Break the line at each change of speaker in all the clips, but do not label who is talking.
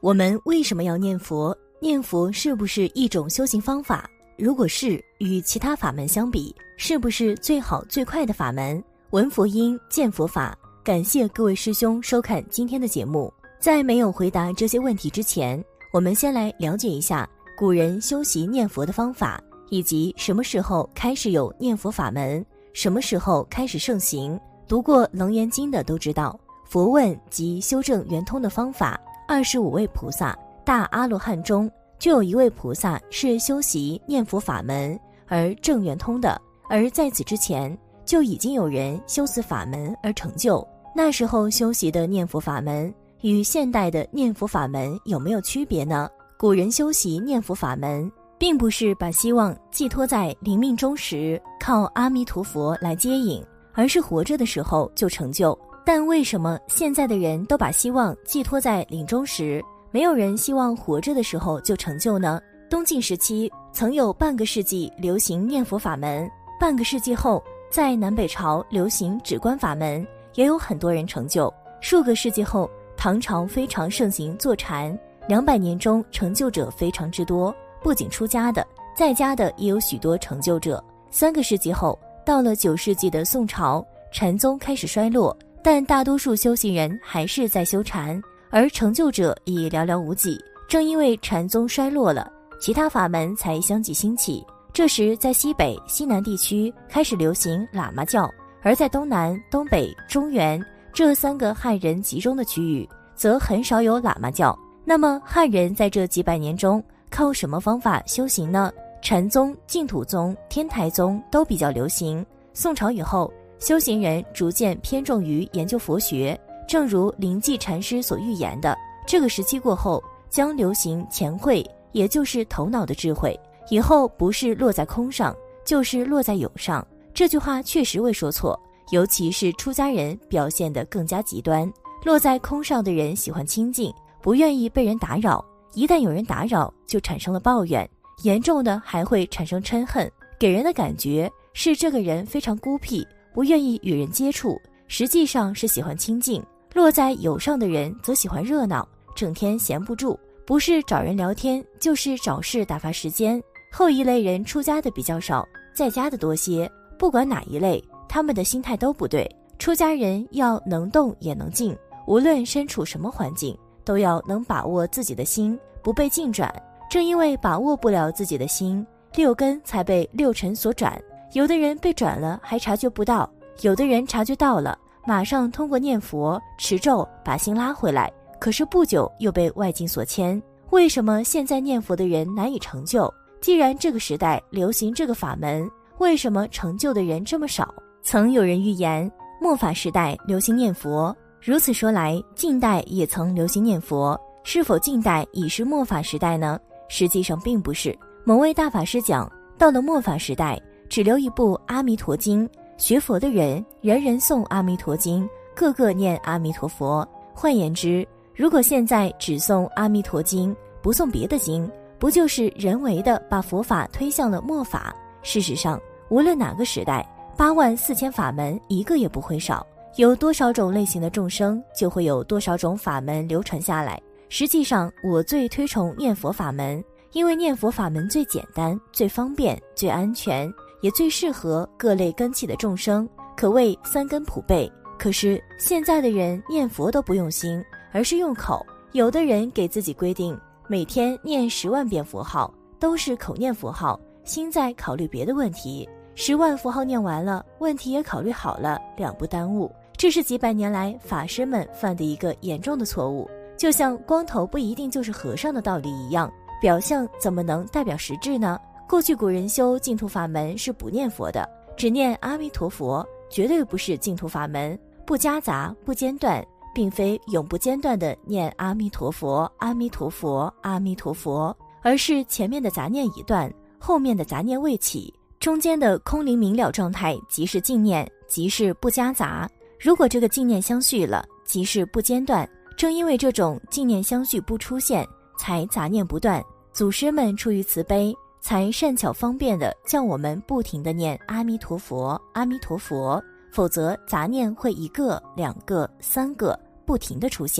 我们为什么要念佛？念佛是不是一种修行方法？如果是，与其他法门相比，是不是最好最快的法门？闻佛音，见佛法。感谢各位师兄收看今天的节目。在没有回答这些问题之前，我们先来了解一下古人修习念佛的方法，以及什么时候开始有念佛法门，什么时候开始盛行。读过《楞严经》的都知道，佛问及修正圆通的方法，25位菩萨大阿罗汉中就有一位菩萨是修习念佛法门而正圆通的，而在此之前就已经有人修此法门而成就。那时候修习的念佛法门与现代的念佛法门有没有区别呢？古人修习念佛法门并不是把希望寄托在临命终时靠阿弥陀佛来接引，而是活着的时候就成就。但为什么现在的人都把希望寄托在临终时，没有人希望活着的时候就成就呢？东晋时期曾有半个世纪流行念佛法门，半个世纪后在南北朝流行止观法门，也有很多人成就。数个世纪后，唐朝非常盛行坐禅，200年中成就者非常之多，不仅出家的，在家的也有许多成就者。3个世纪后，到了9世纪的宋朝，禅宗开始衰落，但大多数修行人还是在修禅，而成就者已寥寥无几。正因为禅宗衰落了，其他法门才相继兴起。这时在西北、西南地区开始流行喇嘛教，而在东南、东北、中原这3个汉人集中的区域，则很少有喇嘛教。那么汉人在这几百年中靠什么方法修行呢？禅宗、净土宗、天台宗都比较流行。宋朝以后，修行人逐渐偏重于研究佛学，正如临济禅师所预言的，这个时期过后将流行乾慧，也就是头脑的智慧，以后不是落在空上，就是落在有上。这句话确实未说错，尤其是出家人表现得更加极端。落在空上的人喜欢清静，不愿意被人打扰，一旦有人打扰就产生了抱怨，严重的还会产生嗔恨，给人的感觉是这个人非常孤僻，不愿意与人接触，实际上是喜欢清静。落在有上的人则喜欢热闹，整天闲不住，不是找人聊天，就是找事打发时间。后一类人出家的比较少，在家的多些。不管哪一类，他们的心态都不对。出家人要能动也能静，无论身处什么环境，都要能把握自己的心，不被境转。正因为把握不了自己的心，6根才被6尘所转。有的人被转了还察觉不到，有的人察觉到了，马上通过念佛持咒把心拉回来，可是不久又被外境所牵。为什么现在念佛的人难以成就？既然这个时代流行这个法门，为什么成就的人这么少？曾有人预言末法时代流行念佛，如此说来，近代也曾流行念佛，是否近代已是末法时代呢？实际上并不是。某位大法师讲，到了末法时代，只留一部《阿弥陀经》，学佛的人人人诵《阿弥陀经》，个个念阿弥陀佛。换言之，如果现在只诵《阿弥陀经》，不诵别的经，不就是人为的把佛法推向了末法？事实上，无论哪个时代，84000法门一个也不会少。有多少种类型的众生，就会有多少种法门流传下来。实际上，我最推崇念佛法门，因为念佛法门最简单、最方便、最安全，也最适合各类根器的众生，可谓3根普备。可是现在的人念佛都不用心，而是用口。有的人给自己规定每天念10万遍佛号，都是口念佛号，心在考虑别的问题。10万佛号念完了，问题也考虑好了，两不耽误。这是几百年来法师们犯的一个严重的错误。就像光头不一定就是和尚的道理一样，表象怎么能代表实质呢？过去古人修净土法门是不念佛的，只念阿弥陀佛，绝对不是净土法门，不夹杂，不间断，并非永不间断的念阿弥陀佛、阿弥陀佛、阿弥陀佛，而是前面的杂念已断，后面的杂念未起，中间的空灵明了状态即是净念，即是不夹杂。如果这个净念相续了，即是不间断。正因为这种净念相续不出现，才杂念不断。祖师们出于慈悲，才善巧方便地叫我们不停地念阿弥陀佛、阿弥陀佛，否则杂念会1个、2个、3个不停地出现。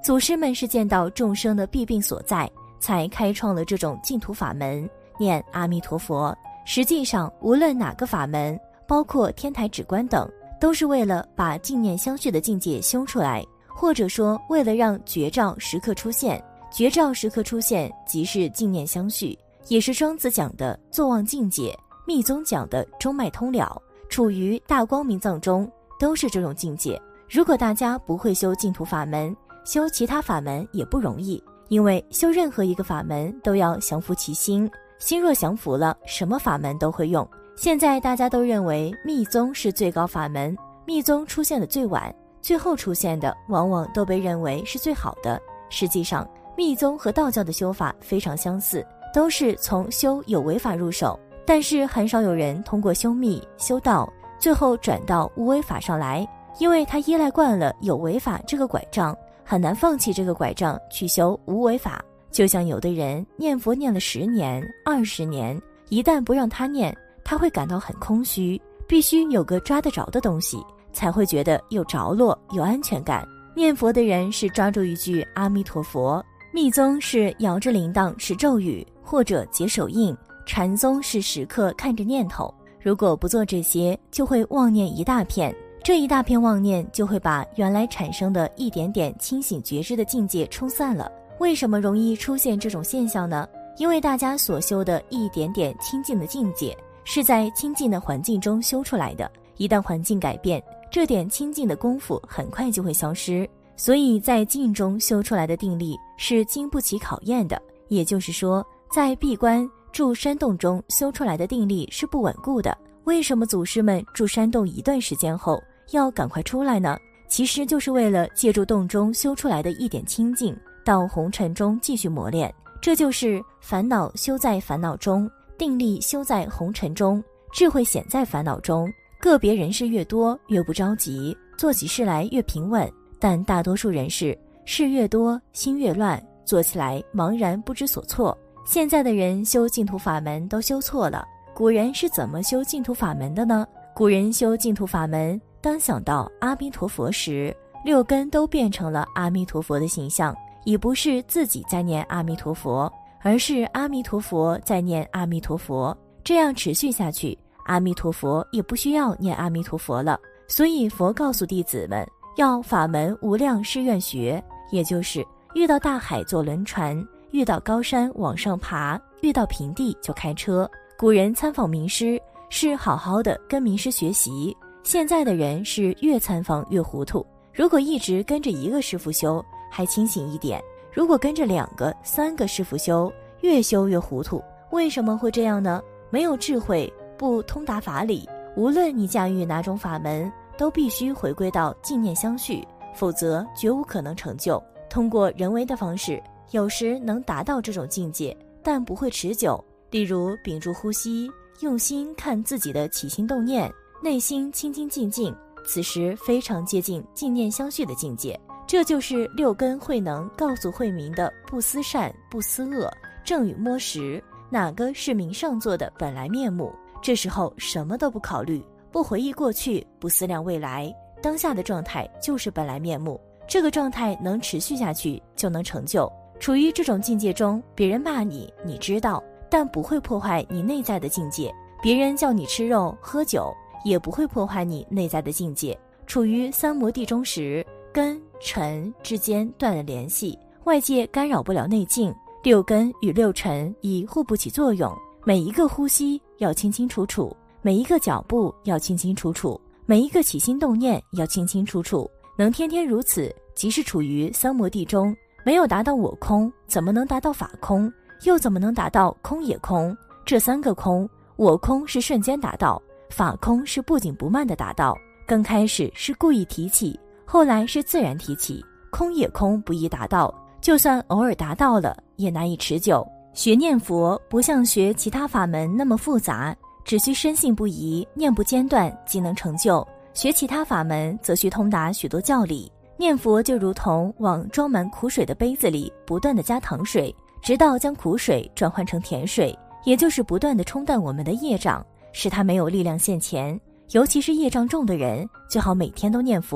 祖师们是见到众生的弊病所在，才开创了这种净土法门，念阿弥陀佛。实际上无论哪个法门，包括天台止观等，都是为了把净念相续的境界修出来，或者说为了让觉照时刻出现。觉照时刻出现即是净念相续，也是庄子讲的坐忘境界，密宗讲的中脉通了，处于大光明藏中，都是这种境界。如果大家不会修净土法门，修其他法门也不容易，因为修任何一个法门都要降服其心，心若降服了，什么法门都会用。现在大家都认为密宗是最高法门，密宗出现的最晚，最后出现的往往都被认为是最好的。实际上密宗和道教的修法非常相似，都是从修有为法入手，但是很少有人通过修密修道最后转到无为法上来，因为他依赖惯了有为法这个拐杖，很难放弃这个拐杖去修无为法。就像有的人念佛念了10年20年，一旦不让他念，他会感到很空虚，必须有个抓得着的东西，才会觉得有着落有安全感。念佛的人是抓住一句阿弥陀佛，密宗是摇着铃铛持咒语或者结手印，禅宗是时刻看着念头。如果不做这些，就会妄念一大片，这一大片妄念就会把原来产生的一点点清醒觉知的境界冲散了。为什么容易出现这种现象呢？因为大家所修的一点点清净的境界是在清净的环境中修出来的，一旦环境改变，这点清净的功夫很快就会消失。所以在静中修出来的定力是经不起考验的，也就是说在闭关住山洞中修出来的定力是不稳固的。为什么祖师们住山洞一段时间后要赶快出来呢？其实就是为了借助洞中修出来的一点清净，到红尘中继续磨练。这就是烦恼修在烦恼中，定力修在红尘中，智慧显在烦恼中。个别人事越多越不着急，做起事来越平稳，但大多数人事越多心越乱，做起来茫然不知所措。现在的人修净土法门都修错了。古人是怎么修净土法门的呢？古人修净土法门，当想到阿弥陀佛时，六根都变成了阿弥陀佛的形象，已不是自己在念阿弥陀佛，而是阿弥陀佛在念阿弥陀佛。这样持续下去，阿弥陀佛也不需要念阿弥陀佛了。所以佛告诉弟子们，要法门无量誓愿学，也就是遇到大海坐轮船，遇到高山往上爬，遇到平地就开车。古人参访名师是好好的跟名师学习，现在的人是越参访越糊涂。如果一直跟着一个师傅修还清醒一点，如果跟着2个3个师傅修，越修越糊涂。为什么会这样呢？没有智慧，不通达法理，无论你驾驭哪种法门，都必须回归到净念相续，否则绝无可能成就。通过人为的方式，有时能达到这种境界，但不会持久。例如屏住呼吸，用心看自己的起心动念，内心清清净净，此时非常接近净念相续的境界。这就是六根慧能告诉慧明的不思善不思恶，正与摸识，哪个是明上座的本来面目。这时候什么都不考虑，不回忆过去，不思量未来，当下的状态就是本来面目。这个状态能持续下去，就能成就。处于这种境界中，别人骂你，你知道，但不会破坏你内在的境界；别人叫你吃肉喝酒，也不会破坏你内在的境界。处于三摩地中时，根尘之间断了联系，外界干扰不了内境，六根与六尘已互不起作用。每一个呼吸要清清楚楚，每一个脚步要清清楚楚，每一个起心动念要清清楚楚。能天天如此，即是处于三摩地中。没有达到我空，怎么能达到法空？又怎么能达到空也空？这3个空，我空是瞬间达到，法空是不紧不慢的达到。刚开始是故意提起，后来是自然提起。空也空不易达到，就算偶尔达到了，也难以持久。学念佛不像学其他法门那么复杂，只需深信不疑，念不间断即能成就。学其他法门则需通达许多教理。念佛就如同往装满苦水的杯子里不断地加糖水，直到将苦水转换成甜水，也就是不断地冲淡我们的业障，使它没有力量现前。尤其是业障重的人，最好每天都念佛。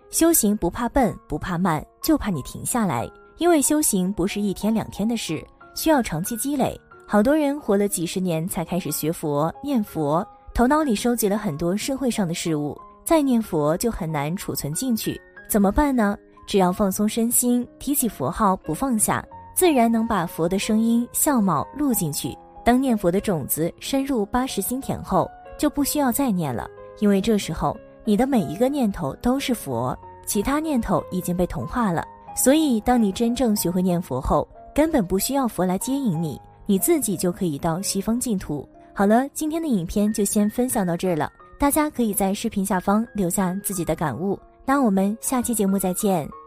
修行不怕笨，不怕慢，就怕你停下来。因为修行不是一天两天的事，需要长期积累。好多人活了几十年才开始学佛念佛，头脑里收集了很多社会上的事物，再念佛就很难储存进去。怎么办呢？只要放松身心，提起佛号不放下，自然能把佛的声音相貌录进去。当念佛的种子深入80心田后，就不需要再念了，因为这时候你的每一个念头都是佛，其他念头已经被同化了。所以当你真正学会念佛后，根本不需要佛来接引你，你自己就可以到西方净土。好了，今天的影片就先分享到这儿了，大家可以在视频下方留下自己的感悟。那我们下期节目再见。